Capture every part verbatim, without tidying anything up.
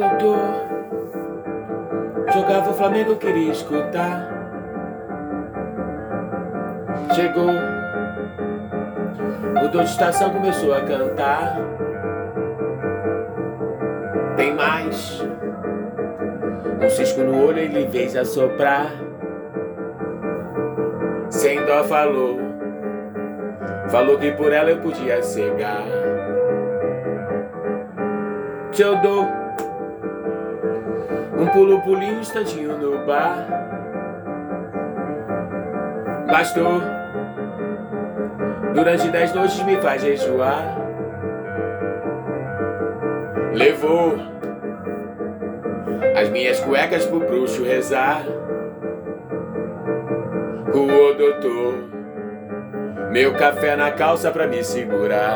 Doutor, jogava o Flamengo, queria escutar. Chegou, mudou de estação, começou a cantar. Tem mais um cisco no olho, ele fez assoprar. Sem dó falou, falou que por ela eu podia cegar. Te eu dou um pulo, pulinho, um instantinho no bar. Bastou, durante dez noites me faz jejuar. Levou as minhas cuecas pro bruxo rezar. Ô doutor, meu café na calça pra me segurar.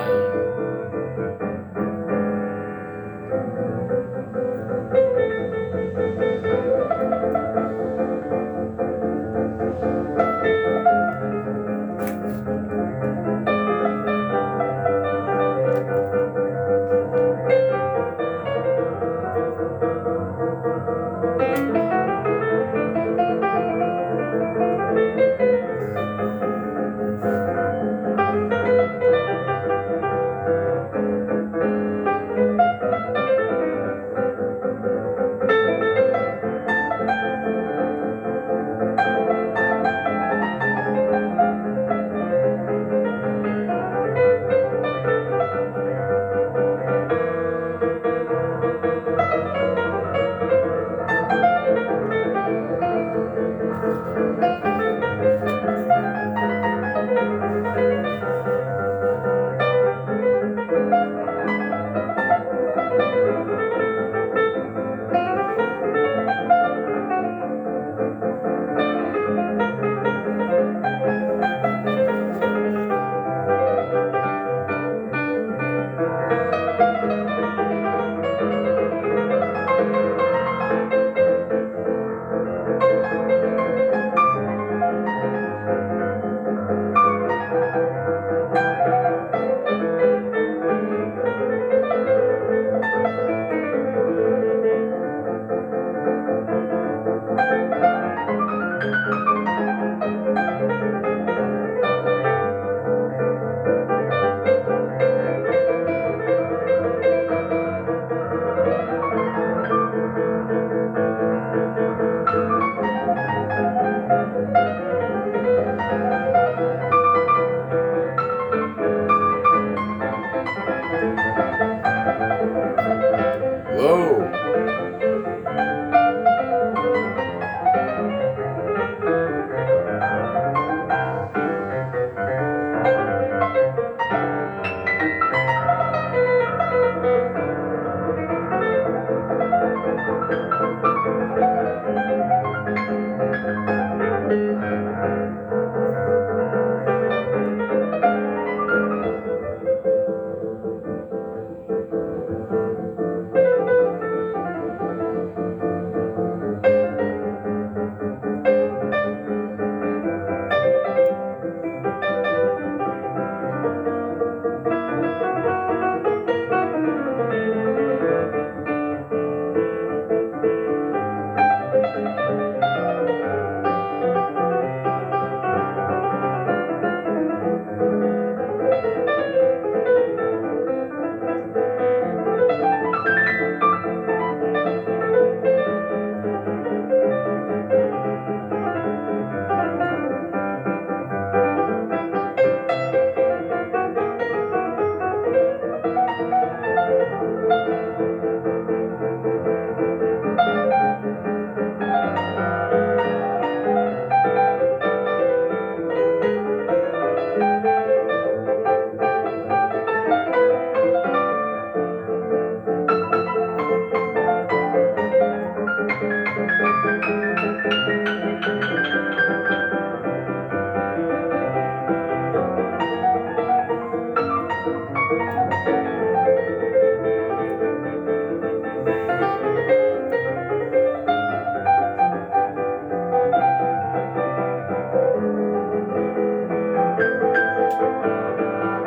Uou!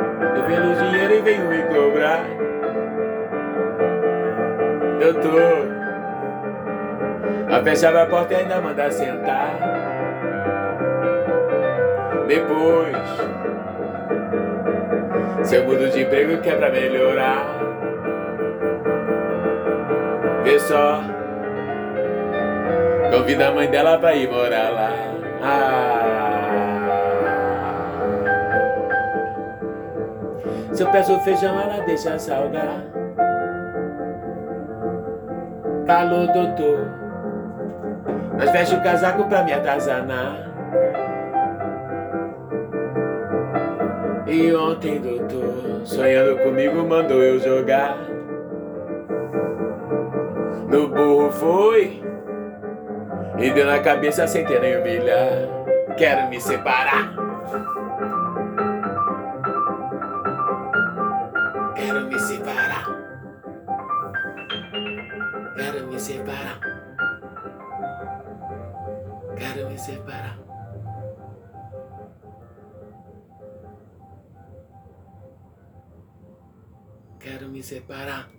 Devendo dinheiro e venho me cobrar. Eu tô Mas fechava a porta e ainda manda sentar. Depois, se eu mudo de emprego que é pra melhorar, vê só, convida a mãe dela pra ir morar lá. Ah. Se eu peço feijão, ela deixa salgar. Falou, doutor, mas fecha o casaco pra me atazanar. E ontem, doutor, sonhando comigo, mandou eu jogar. No burro foi e deu na cabeça sem ter nem humilhar. Quero me separar. Quero me separar. Quero me separar. Quero me separar. Quero me separar.